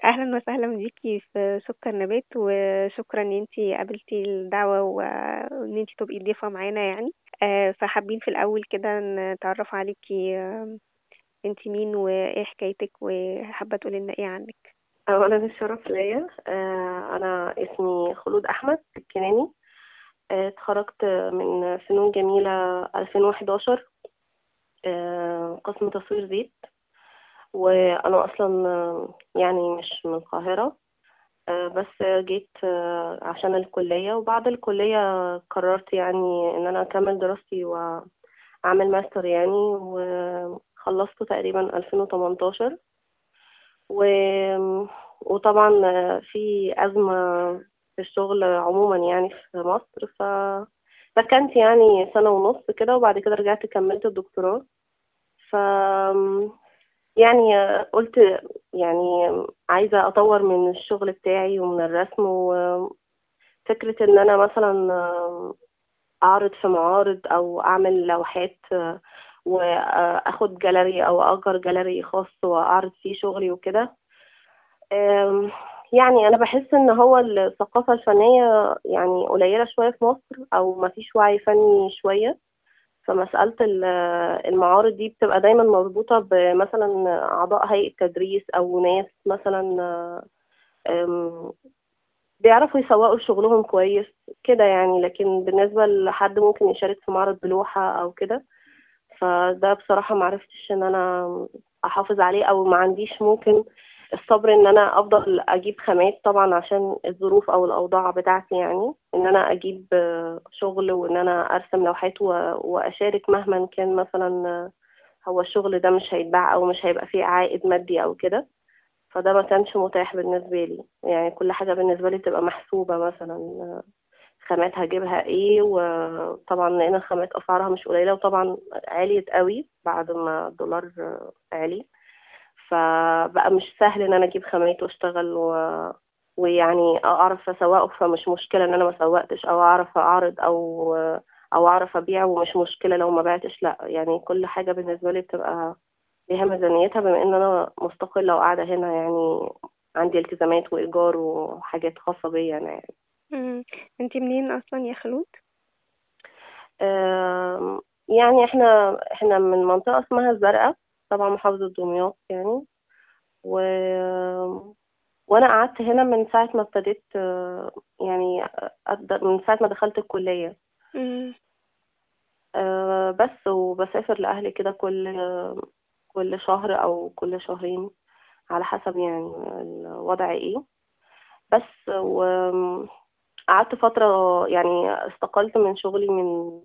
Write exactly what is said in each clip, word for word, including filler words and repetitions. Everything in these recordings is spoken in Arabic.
أهلا وسهلا بيكي في سكر نبات، وشكرا ان انتي قابلتي الدعوة و- وان انتي تبقي ضيفة معانا يعني. آه، فحابين في الأول كده نتعرف عليكي. آه، انتي مين وايه حكايتك، وحابة تقولي لنا ايه عنك؟ أولا الشرف ليا. آه، أنا اسمي خلود أحمد الكناني. آه، اتخرجت من فنون جميلة ألفين وحداشر، آه، قسم تصوير زيت. وأنا أصلا آه، يعني مش من القاهرة. آه، بس جيت آه، عشان الكلية، وبعد الكلية قررت يعني إن أنا أكمل دراستي وأعمل ماستر يعني، وخلصته تقريبا ألفين وتمنتاشر. و... وطبعا في أزمة في الشغل عموما يعني في مصر، ف فكانت يعني سنة ونص كده، وبعد كده رجعت كملت الدكتوراه. ف يعني قلت يعني عايزة أطور من الشغل بتاعي ومن الرسم، وفكرة إن أنا مثلا أعرض في معارض أو أعمل لوحات، وأخد جاليري أو أجر جاليري خاص وأعرض فيه شغلي وكده. أم، يعني أنا بحس إن هو الثقافة الفنية يعني قليلة شوية في مصر، أو مفيش وعي فني شوية. فمسألة ال- المعارض دي بتبقى دايما مربوطة بمثلا أعضاء هيئة تدريس أو ناس مثلا أم، بيعرفوا يسوقوا شغلهم كويس كده يعني. لكن بالنسبة لحد ممكن يشارك في معرض بلوحة أو كده، فده بصراحة معرفتش ان انا احافظ عليه، او ما عنديش ممكن الصبر ان انا افضل اجيب خامات، طبعا عشان الظروف او الاوضاع بتاعتي يعني، ان انا اجيب آه، شغل وان انا ارسم لوحات و- واشارك مهما كان مثلا. آه، هو الشغل ده مش هيتباع او مش هيبقى فيه عائد مادي او كده. فده ما كانش متاح بالنسبة لي يعني. كل حاجة بالنسبة لي تبقى محسوبة، مثلا خامات هجيبها ايه. وطبعا لان الخامات اسعارها مش قليله، وطبعا عالية قوي بعد ما الدولار عالي. فبقى مش سهل ان انا اجيب خامات واشتغل و... ويعني اعرف اسوقه. فمش مشكله ان انا ما سوقتش، او اعرف اعرض، او او اعرف ابيع، ومش مشكله لو ما بعتش. لا يعني كل حاجه بالنسبه لي بتبقى ليها ميزانيتها، بما ان انا مستقله وقاعده هنا يعني. عندي التزامات وايجار وحاجات خاصه بيا انا يعني. مم. انتي منين اصلا يا خلود؟ آم، يعني احنا احنا من منطقة اسمها الزرقاء، طبعا محافظة دمياط يعني. و... وانا قعدت هنا من ساعة ما ابتديت، آه، يعني أبدأ من ساعة ما دخلت الكلية. مم. آه، بس وبسافر لأهلي كده كل كل شهر أو كل شهرين، على حسب يعني الوضع ايه. بس وقعدت فترة يعني استقلت من شغلي من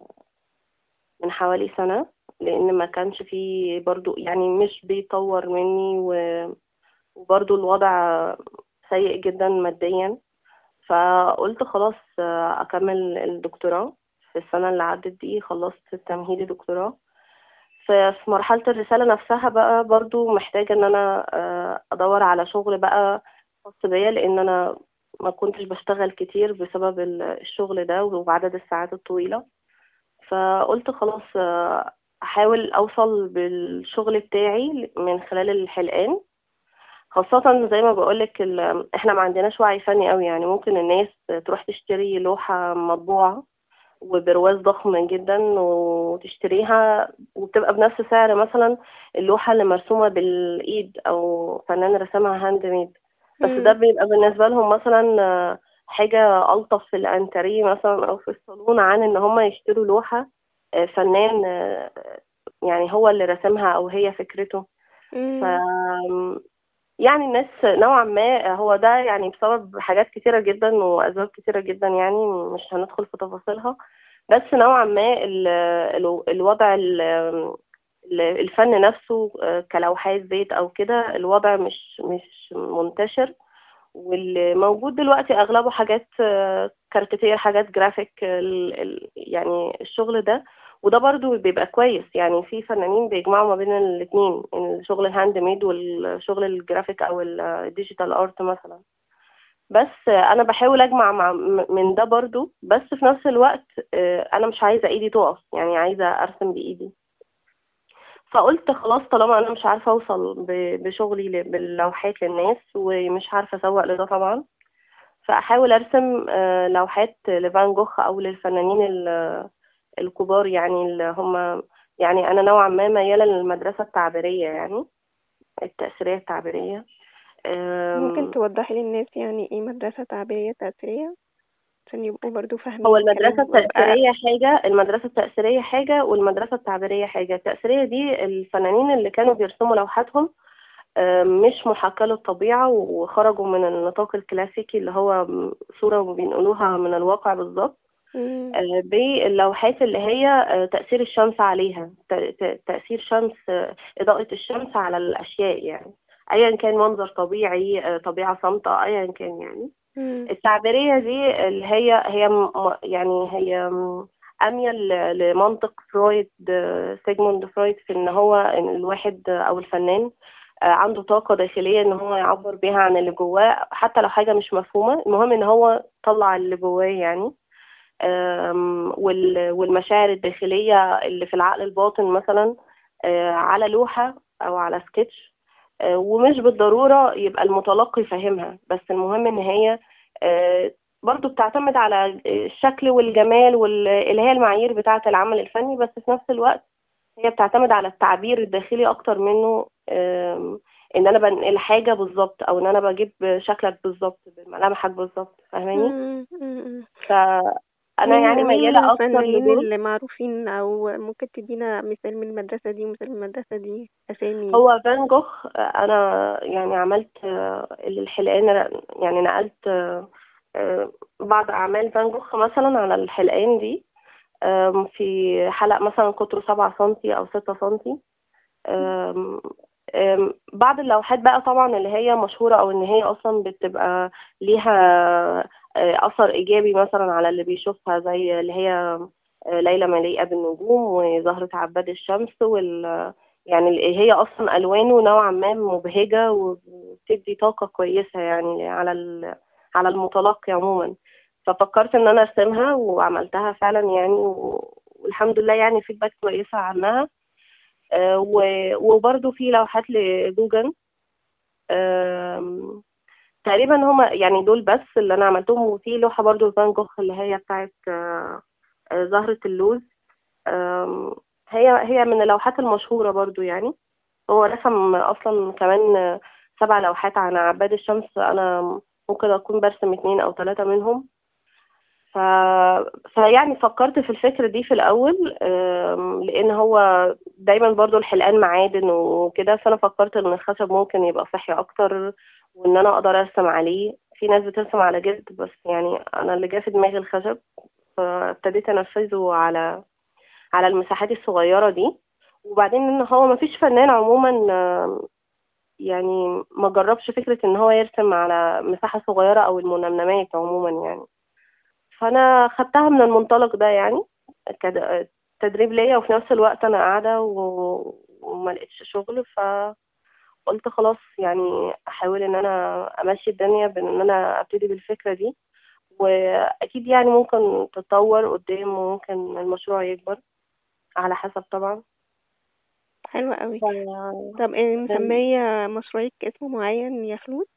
من حوالي سنة، لأن ما كانش فيه برضو يعني مش بيطور مني، و- وبرضو الوضع سيء جدا ماديا. فقلت خلاص آه، أكمل الدكتوراه. في السنة اللي عدت دي خلصت تمهيدي دكتوراه. ففي مرحلة الرسالة نفسها بقى برضو محتاجة إن أنا آه، أدور على شغل بقى خاص بيا، لأن أنا ما كنتش بشتغل كتير بسبب ال- الشغل ده وعدد الساعات الطويلة. فقلت خلاص آه، احاول اوصل بالشغل بتاعي من خلال الحلقان. خاصة زي ما بقولك ال- احنا ما عندناش وعي فني قوي يعني. ممكن الناس تروح تشتري لوحة مطبوعة وبرواز ضخم جدا وتشتريها، وبتبقى بنفس سعر مثلا اللوحة اللي مرسومة بالإيد أو فنان رسمها هاند ميد. بس ده مم. بيبقى بالنسبة لهم مثلا آه، حاجة ألطف في الأنتريه مثلا أو في الصالون، عن إن هم يشتروا لوحة آه، فنان آه، يعني هو اللي رسمها أو هي فكرته. ف مم. يعني الناس نوعا ما، هو ده يعني بسبب حاجات كتيرة جدا وأسباب كتيرة جدا يعني، مش هندخل في تفاصيلها. بس نوعا ما ال- ال- الوضع ال- ال- الفن نفسه آه، كلوحات زيت أو كده، الوضع مش مش منتشر. واللي موجود دلوقتي أغلبه حاجات آه، كاريكاتير، حاجات جرافيك، ال- ال- يعني الشغل ده. وده برضو بيبقى كويس يعني. في فنانين بيجمعوا ما بين الاتنين، الشغل الهاند ميد والشغل الجرافيك أو الديجيتال ارت مثلا. بس آه، أنا بحاول أجمع مع م- من ده برضو. بس في نفس الوقت آه، أنا مش عايزة إيدي تقف يعني، عايزة أرسم بإيدي. فقلت خلاص طالما انا مش عارفه اوصل ب- بشغلي ل- باللوحات للناس، ومش عارفه اسوق لده طبعا، فاحاول ارسم آه، لوحات لفان جوخ او للفنانين ال- الكبار، يعني اللي هم، يعني انا نوعا ما مياله للمدرسه التعبيريه، يعني التأثيرية التعبيرية. ممكن أم، توضحي للناس يعني ايه مدرسة تعبيرية تأثيرية عشان يبقوا برضو هو فاهمين المدرسة الكلام ويبقى. التأثيرية حاجة، المدرسة التأثيرية حاجة، والمدرسة التعبيرية حاجة. التأثيرية دي الفنانين اللي كانوا بيرسموا لوحاتهم أم، مش محاكاة للطبيعة، وخرجوا من النطاق الكلاسيكي اللي هو صورة بينقلوها من الواقع بالظبط، مم. أه، باللوحات اللي هي أه، تأثير الشمس عليها، ت- ت- تأثير شمس، أه، إضاءة الشمس على الأشياء، يعني أيا كان منظر طبيعي، أه، طبيعة صامتة، أيا كان يعني. مم. التعبيرية دي اللي هي هي م- يعني هي م- أميل ل- لمنطق فرويد، آه، سيجموند فرويد، في إن هو إن الواحد أو الفنان آه، عنده طاقة داخلية إن هو يعبر بيها عن اللي جواه، حتى لو حاجة مش مفهومة، المهم إن هو طلع اللي جواه يعني. آم، وال- والمشاعر الداخلية اللي في العقل الباطن مثلا آه، على لوحة أو على سكتش، آه، ومش بالضرورة يبقى المتلقي فاهمها، بس المهم إن هي آه، برضو بتعتمد على الشكل والجمال واللي هي المعايير بتاعة العمل الفني، بس في نفس الوقت هي بتعتمد على التعبير الداخلي أكتر منه آم، إن أنا بنقل حاجة بالظبط، أو إن أنا بجيب شكلك بالظبط بملامحك بالظبط، فاهماني؟ مم. مم. فأنا مين يعني مين ميالة أكتر الفنانين لدول. اللي معروفين او ممكن تدينا مثال من المدرسة دي ومثال من المدرسة دي اسامي؟ هو فان جوخ أنا يعني عملت آه، الحلقان، يعني نقلت آه، آه، بعض أعمال فان جوخ مثلا على الحلقان دي، آم، في حلق مثلا قطره سبعة سنتي أو ستة سنتي. آم، آم، بعض اللوحات بقى طبعا اللي هي مشهورة، أو إن هي أصلا بتبقى ليها آه، أثر إيجابي مثلا على اللي بيشوفها، زي اللي هي آه، ليلة مليئة بالنجوم، وزهرة عباد الشمس، وال يعني ال- هي أصلا ألوانه نوعا ما مبهجة، وبتدي طاقة كويسة يعني على ال- على المتلقي عموما. ففكرت إن أنا أرسمها وعملتها فعلا يعني، و- والحمد لله يعني فيدباك كويسة عنها. آه، و- وبرضه في لوحات لجوجل، آم، تقريبا هما يعني دول بس اللي انا عملتهم. وفي لوحة برضه فان جوخ اللي هي بتاعت آه، آه، زهرة اللوز، آم، هي هي من اللوحات المشهورة برضه يعني. هو رسم اصلا كمان آه، سبع لوحات عن عباد الشمس، انا ممكن اكون برسم اتنين او ثلاثة منهم. ف... فيعني فكرت في الفكرة دي في الأول، آم، لأن هو دايما برضو الحلقان معادن وكده، فأنا فكرت إن الخشب ممكن يبقى صحي أكتر، وإن أنا أقدر أرسم عليه. في ناس بترسم على جلد، بس يعني أنا اللي جه في دماغي الخشب، فابتديت أنفذه على على المساحات الصغيرة دي. وبعدين إن هو مفيش فنان عموما آم، يعني ما جربش فكرة إن هو يرسم على مساحة صغيرة أو المنمنمات عموما يعني. فانا خدتها من المنطلق ده يعني، كد- تدريب ليا، وفي نفس الوقت انا قاعده و... وما لقيتش شغل، فقلت خلاص يعني احاول ان انا امشي الدنيا بان ان انا ابتدي بالفكره دي، واكيد يعني ممكن تتطور قدام، وممكن المشروع يكبر على حسب طبعا. حلوة قوي. ف... طب إيه مسمية مشروعك اسم معين يا خلود؟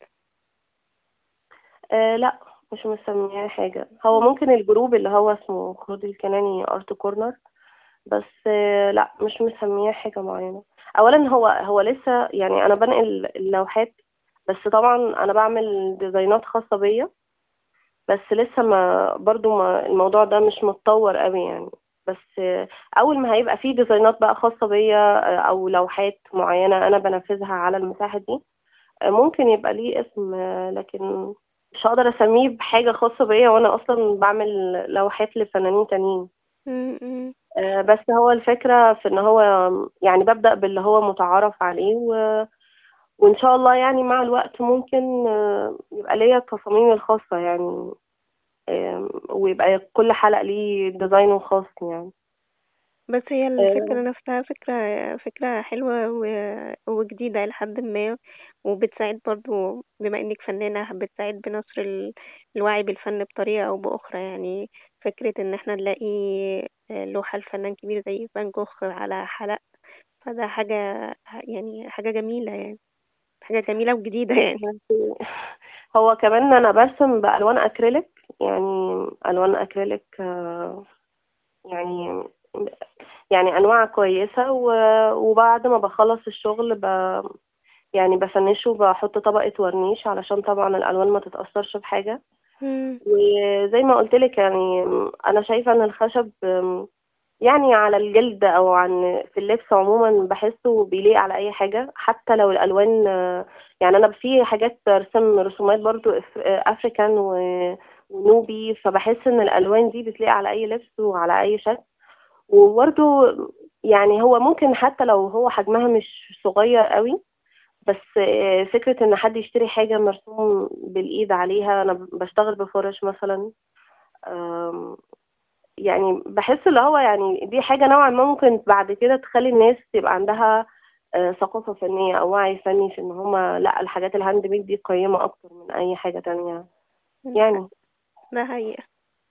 آه لا، مش مسميها حاجه. هو ممكن الجروب اللي هو اسمه خلود الكناني ارت كورنر، بس آه، لا مش مسميه حاجة معينة. أولا هو هو لسه يعني أنا بنقل اللوحات، بس طبعا أنا بعمل ديزاينات خاصة بيا، بس لسه ما برضو ما الموضوع ده مش متطور قوي يعني. بس آه، أول ما هيبقى فيه ديزاينات بقى خاصة بيا، آه، أو لوحات معينة أنا بنفذها على المساحة دي، آه، ممكن يبقى ليه اسم، آه، لكن مش هقدر أسميه بحاجة خاصة بيا، وأنا أصلا بعمل لوحات لفنانين تانيين. م- م. آه، بس هو الفكرة في ان هو يعني ببدأ باللي هو متعارف عليه، و... وان شاء الله يعني مع الوقت ممكن آه، يبقى ليا تصاميمي الخاصة يعني، آم، ويبقى كل حلقة ليه ديزاين خاص يعني. بس هي آه، الفكرة نفسها فكرة فكرة حلوة و- وجديدة لحد ما، وبتساعد برضو بما انك فنانة بتساعد بنشر ال- الوعي بالفن بطريقة او بأخرى يعني. فكرة ان احنا نلاقي لوحة لفنان كبير زي فان جوخ على حلق، فده حاجة يعني حاجة جميلة يعني حاجة جميلة وجديدة يعني. هو كمان انا برسم بالوان اكريليك، يعني الوان اكريليك آه، يعني يعني انواع كويسه، و- وبعد ما بخلص الشغل ب يعني بفنشه، بحط طبقه ورنيش علشان طبعا الالوان ما تتاثرش بحاجه. مم. وزي ما قلت لك يعني انا شايفه ان الخشب يعني على الجلد او عن في اللبس عموما بحسه بيليق على اي حاجه، حتى لو الالوان آه، يعني انا في حاجات رسم رسومات برضو أف- آه، افريكان و- ونوبي، فبحس ان الالوان دي بتليق على اي لبس وعلى اي شكل. وبرضو يعني هو ممكن حتى لو هو حجمها مش صغير قوي، بس آه، فكرة ان حد يشتري حاجة مرسوم بالايد عليها. انا بشتغل بفرش مثلا، يعني بحس اللي هو يعني دي حاجة نوعا ما ممكن بعد كده تخلي الناس تبقى عندها آه، ثقافة فنية أو وعي فني في إن هما لأ، الحاجات الهاند ميد دي قيمة أكتر من أي حاجة تانية ده ح- يعني. ده حقيقة.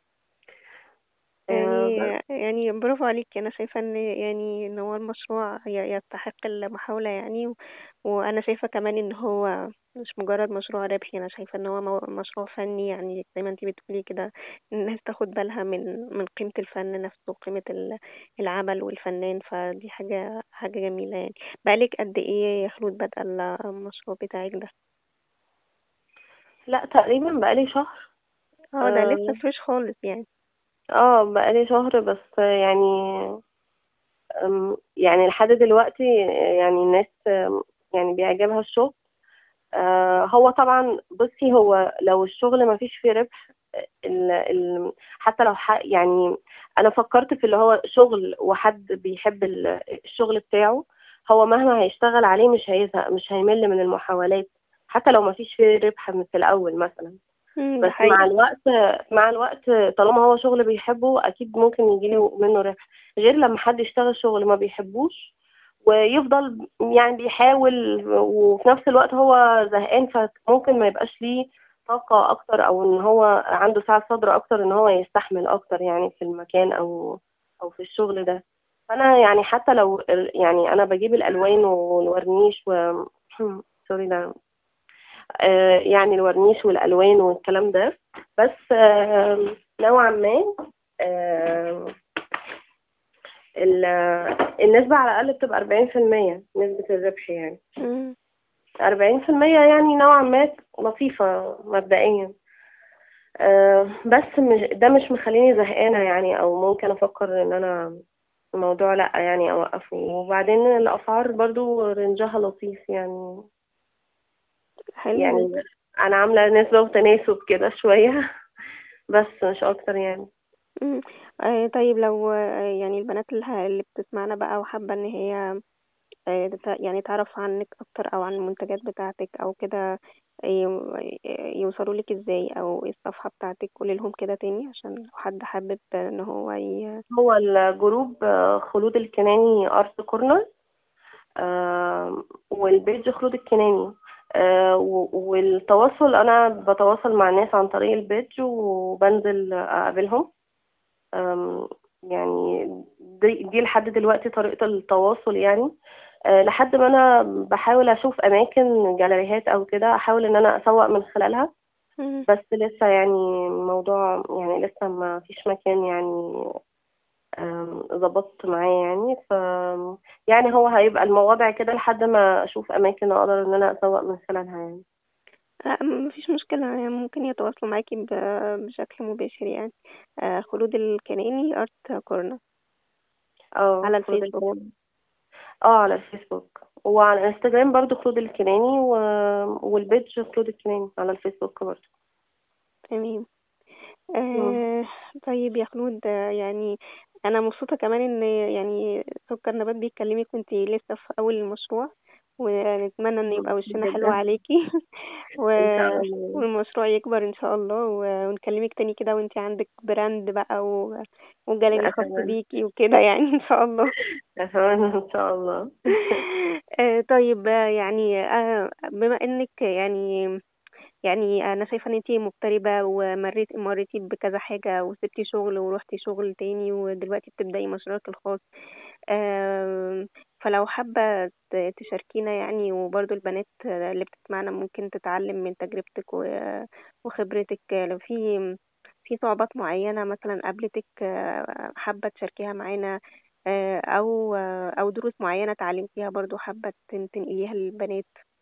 آه، يعني بس يعني برافو عليك. انا شايفه ان يعني ان هو المشروع ي- يستحق المحاوله يعني و- وانا شايفه كمان ان هو مش مجرد مشروع ربحي. انا شايفه ان هو مو- مشروع فني، يعني زي ما انتي بتقولي كده، إن الناس تاخد بالها من من قيمه الفن نفسه وقيمه ال- العمل والفنان. فدي حاجه حاجه جميله يعني. بقالك قد ايه يا خلود بادئه المشروع بتاعك ده؟ لأ، تقريبا بقالي شهر. اه، ده لسه اه فريش خالص يعني. آه، بقالي شهر بس يعني أم، يعني لحد دلوقتي يعني الناس أم، يعني بيعجبها الشغل. آه، هو طبعا بصي، هو لو الشغل ما فيش فيه ربح، ال ال حتى لو ح يعني انا فكرت في اللي هو شغل وحد بيحب ال- الشغل بتاعه، هو مهما هيشتغل عليه مش هيزهق، مش هيمل من المحاولات، حتى لو ما فيش فيه ربح من في الاول مثلا. امم ده بس مع حقيقي. الوقت مع الوقت طالما هو شغل بيحبه اكيد ممكن يجيله منه ربح، غير لما حد يشتغل شغل ما بيحبوش ويفضل يعني بيحاول وفي نفس الوقت هو زهقان، فممكن ما يبقاش ليه طاقة اكتر، او ان هو عنده سعة صدر اكتر ان هو يستحمل اكتر يعني في المكان او او في الشغل ده. فانا يعني حتى لو ال- يعني انا بجيب الالوان والورنيش و سوري ده آه، يعني الورنيش والالوان والكلام ده، بس آه، نوعا ما آه، ال- النسبة على الأقل بتبقى أربعين في المية نسبة الربح يعني. امم أربعين في المية يعني نوعا ما لطيفة مبدئيا. آه، بس مش ده مش مخليني زهقانة يعني، أو ممكن أفكر إن أنا الموضوع لأ يعني أوقفه. وبعدين الأسعار برضو رنجها لطيف يعني، حلو يعني جدا. أنا عاملة نسبة وتناسب كده شوية بس مش أكتر يعني. مم. آه طيب لو آه يعني البنات اللي, ه- اللي بتسمعنا بقى وحابة ان هي آه تت- يعني تعرف عنك اكتر او عن المنتجات بتاعتك او كده، يو- يوصلوا لك ازاي؟ او إيه الصفحة بتاعتك؟ قولي لهم كده تاني عشان لو حد حابب ان هو ي... هو الجروب آه، خلود الكناني ارت كورنر، آه، والبيج خلود الكناني. آه، و- والتواصل انا بتواصل مع الناس عن طريق البيج وبنزل اقابلهم. آم، يعني دي, دي لحد دلوقتي طريقة التواصل يعني. آه، لحد ما انا بحاول اشوف اماكن جاليريهات او كده احاول ان انا اسوق من خلالها، مم. بس لسه يعني موضوع يعني لسه ما فيش مكان يعني آم، ظبطت معاه يعني. ف يعني هو هيبقى المواضع كده لحد ما اشوف اماكن اقدر ان انا اسوق من خلالها يعني. آه مفيش مشكلة يعني. ممكن يتواصلوا معاكي ب- بشكل مباشر يعني. آه خلود الكناني ارت كورنر اه على خلود الفيسبوك. الكناني. اه على الفيسبوك وعلى الانستجرام برضو خلود الكناني و... والبيج خلود الكناني على الفيسبوك برضو. تمام. مم. آه طيب يا خلود، آه يعني انا مبسوطه كمان ان يعني سكر نبات بيكلمك وانتي لسه في اول المشروع، ونتمنى ان يبقى وشنا حلو جدا. عليكي و... ان شاء الله. والمشروع يكبر ان شاء الله و... ونكلمك تاني كده وانتي عندك براند بقى و... وجاليري خاص اتمنى. بيكي وكده يعني ان شاء الله. اتمنى ان شاء الله. آه طيب، آه يعني آه بما انك يعني يعني انا شايفه ان انتي مغتربه ومريت مريتي بكذا حاجه وسبتي شغل ورحتي شغل تاني ودلوقتي بتبداي مشروعك الخاص. آم، فلو حابة ت- تشاركينا يعني، وبرضو البنات اللي بتسمعنا ممكن تتعلم من تجربتك و- وخبرتك. لو في في صعوبات معينة مثلا قابلتك، آه، حابة تشاركيها معانا، آه، أو آه، أو دروس معينة اتعلمتيها برضو حابة تن- تنقليها للبنات.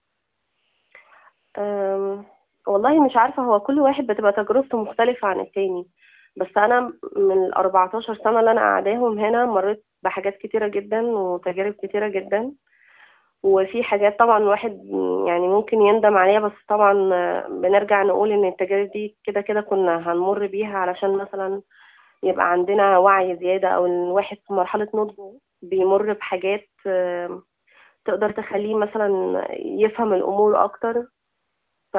أم، والله مش عارفة، هو كل واحد بتبقى تجربته مختلفة عن التاني. بس أنا من ال أربعتاشر سنة اللي أنا قاعداهم هنا مريت بحاجات كتيرة جدا وتجارب كتيرة جدا. وفي حاجات طبعا الواحد يعني ممكن يندم عليها، بس طبعا آه، بنرجع نقول إن التجارب دي كده كده كنا هنمر بيها علشان مثلا يبقى عندنا وعي زيادة، أو الواحد في مرحلة نضجه بيمر بحاجات آه، تقدر تخليه مثلا يفهم الأمور أكتر. ف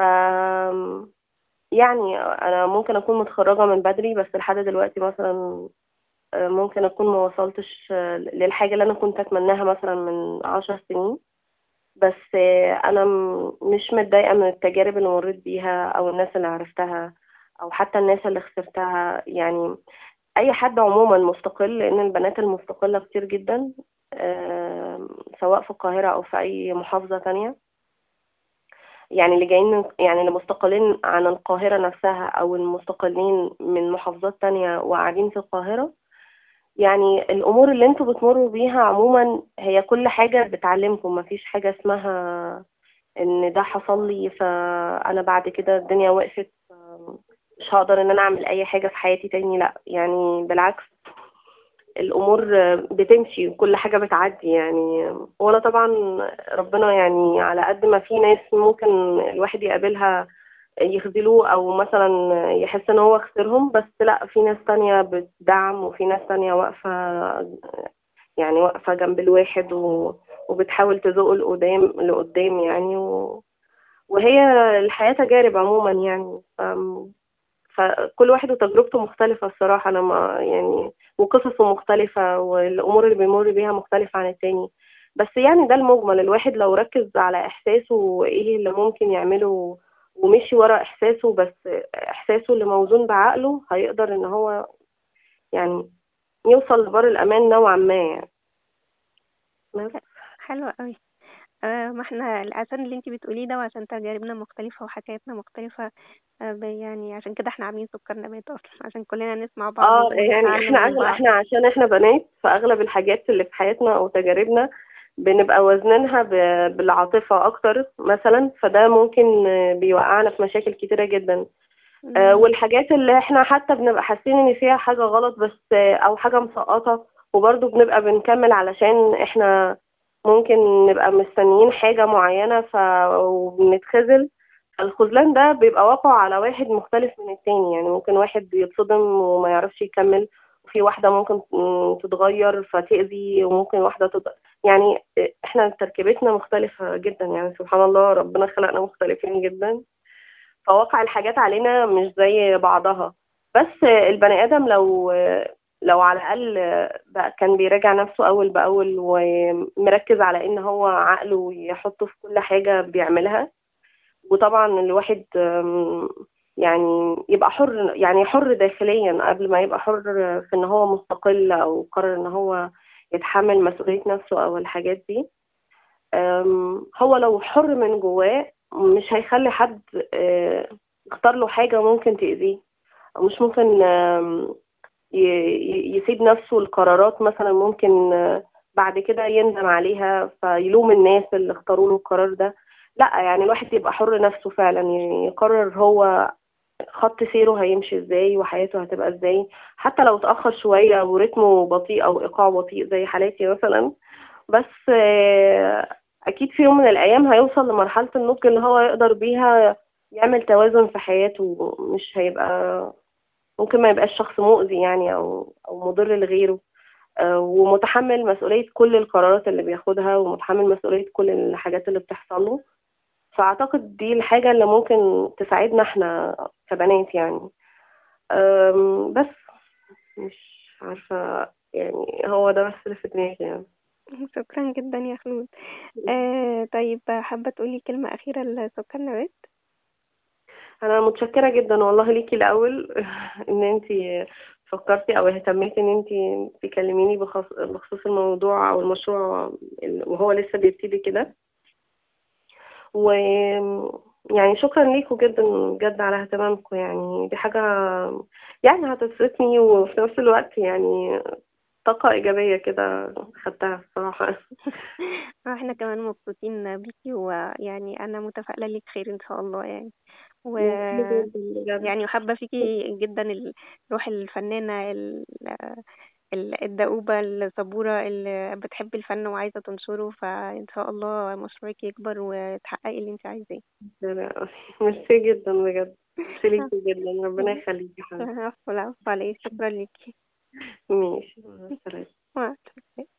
يعني انا ممكن اكون متخرجه من بدري، بس لحد دلوقتي مثلا آه، ممكن اكون ما وصلتش آه، للحاجه اللي انا كنت اتمناها مثلا من عشر سنين. بس آه، انا م- مش متضايقه من التجارب اللي مريت بيها او الناس اللي عرفتها او حتى الناس اللي خسرتها يعني. اي حد عموما مستقل، لان البنات المستقله كتير جدا، آه، سواء في القاهره او في اي محافظه تانية. يعني اللي جايين من يعني اللي مستقلين عن القاهرة نفسها أو المستقلين من محافظات تانية وقاعدين في القاهرة. يعني الأمور اللي انتوا بتمروا بيها عموما هي كل حاجة بتعلمكم، مفيش حاجة اسمها إن ده حصل لي فأنا بعد كده الدنيا وقفت، مش هقدر إن أنا أعمل أي حاجة في حياتي تاني. لأ يعني بالعكس، الامور بتمشي وكل حاجه بتعدي يعني. وانا طبعا ربنا يعني على قد ما في ناس ممكن الواحد يقابلها يخذلوه او مثلا يحس ان هو خسرهم، بس لا، في ناس تانية بتدعم وفي ناس تانية واقفة، يعني واقفة جنب الواحد و... وبتحاول تزقه لقدام لقدام يعني و... وهي الحياة تجارب عموما يعني. فكل واحد وتجربته مختلفة الصراحة. أنا ما يعني وقصصه مختلفة والأمور اللي بيمر بيها مختلفة عن التاني. بس يعني ده المجمل، الواحد لو ركز على إحساسه وإيه اللي ممكن يعمله ومشي ورا إحساسه، بس إحساسه اللي موزون بعقله، هيقدر إن هو يعني يوصل لبر الأمان نوعا ما يعني. بس حلوة قوي. آه، ما احنا عشان اللي انتي بتقوليه ده، وعشان تجاربنا مختلفة وحكاياتنا مختلفة، آه، ب- يعني عشان كده احنا عاملين سكر نبات اصلا، عشان كلنا نسمع بعض اه يعني ونتعلم احنا من أغلب بعض. احنا عشان احنا بنات، فاغلب الحاجات اللي في حياتنا او تجاربنا بنبقى وزنينها ب- بالعاطفة اكتر مثلا، فده ممكن آه، بيوقعنا في مشاكل كتيرة جدا. آه، مم. والحاجات اللي احنا حتى بنبقى حاسين ان فيها حاجة غلط، بس آه، او حاجة مسقطة، وبرضه بنبقى بنكمل علشان احنا ممكن نبقى مستنيين حاجة معينة ف وبنتخذل. الخذلان ده بيبقى واقع على واحد مختلف من التاني، يعني ممكن واحد يتصدم وما يعرفش يكمل، وفي واحدة ممكن م، تتغير فتأذي، وممكن واحدة تت... يعني احنا تركيبتنا مختلفة جدا، يعني سبحان الله ربنا خلقنا مختلفين جدا. فواقع الحاجات علينا مش زي بعضها. بس البني آدم لو لو على الأقل بقى كان بيراجع نفسه أول بأول ومركز على إن هو عقله يحطه في كل حاجة بيعملها. وطبعا الواحد أم، يعني يبقى حر، يعني حر داخليا قبل ما يبقى حر في إن هو مستقل أو قرر إن هو يتحمل مسؤولية نفسه أو الحاجات دي. أم، هو لو حر من جواه مش هيخلي حد أه، يختار له حاجة ممكن تأذيه، أو مش ممكن أم، ي- ي- يسيب نفسه القرارات مثلا ممكن أه، بعد كده يندم عليها فيلوم الناس اللي اختاروا له القرار ده. لا يعني الواحد يبقى حر نفسه فعلا، يعني يقرر هو خط سيره هيمشي ازاي وحياته هتبقى ازاي، حتى لو اتأخر شوية ورتمه بطيء أو إيقاعه بطيء زي حالاتي مثلا. بس آه، اكيد في يوم من الايام هيوصل لمرحلة النضج اللي هو يقدر بيها يعمل توازن في حياته، مش هيبقى ممكن ما يبقاش شخص مؤذي يعني او او مضر لغيره. آه، ومتحمل مسؤولية كل القرارات اللي بياخدها، ومتحمل مسؤولية كل الحاجات اللي بتحصل له. فاعتقد دي الحاجة اللي ممكن تساعدنا احنا كبنات يعني. أم، بس مش عارفة، يعني هو ده بس اللي في دماغي يعني. شكرا جدا يا خلود. آه طيب، حابة تقولي كلمة أخيرة لسكر نبات؟ انا متشكره جدا والله ليكي الاول ان انتي فكرتي او اهتميتي ان انت تكلميني بخص... بخصوص الموضوع او المشروع ال- وهو لسه بيبتدي كده. و يعني شكرا ليكم جدا بجد على اهتمامكم، يعني دي حاجة يعني هتبسطني، وفي نفس الوقت يعني طاقة إيجابية كده خدتها الصراحة. احنا كمان مبسوطين بيكي، ويعني انا متفائلة لك خير ان شاء الله يعني. ميرسي و جدا بجد. يعني حابة فيكي جدا الروح الفنانة ال- ال- الدؤوبة الصبورة اللي بتحب الفن وعايزة تنشره، فإن شاء الله مشروعك يكبر وتحققي اللي انت عايزاه. ميرسي جدا بجد. ميرسي ليكي جدا، ربنا يخليكي يا حبيبتي. عفوا العفو عليه، شكرا لك. ماشي، مع السلامة. مع السلامة.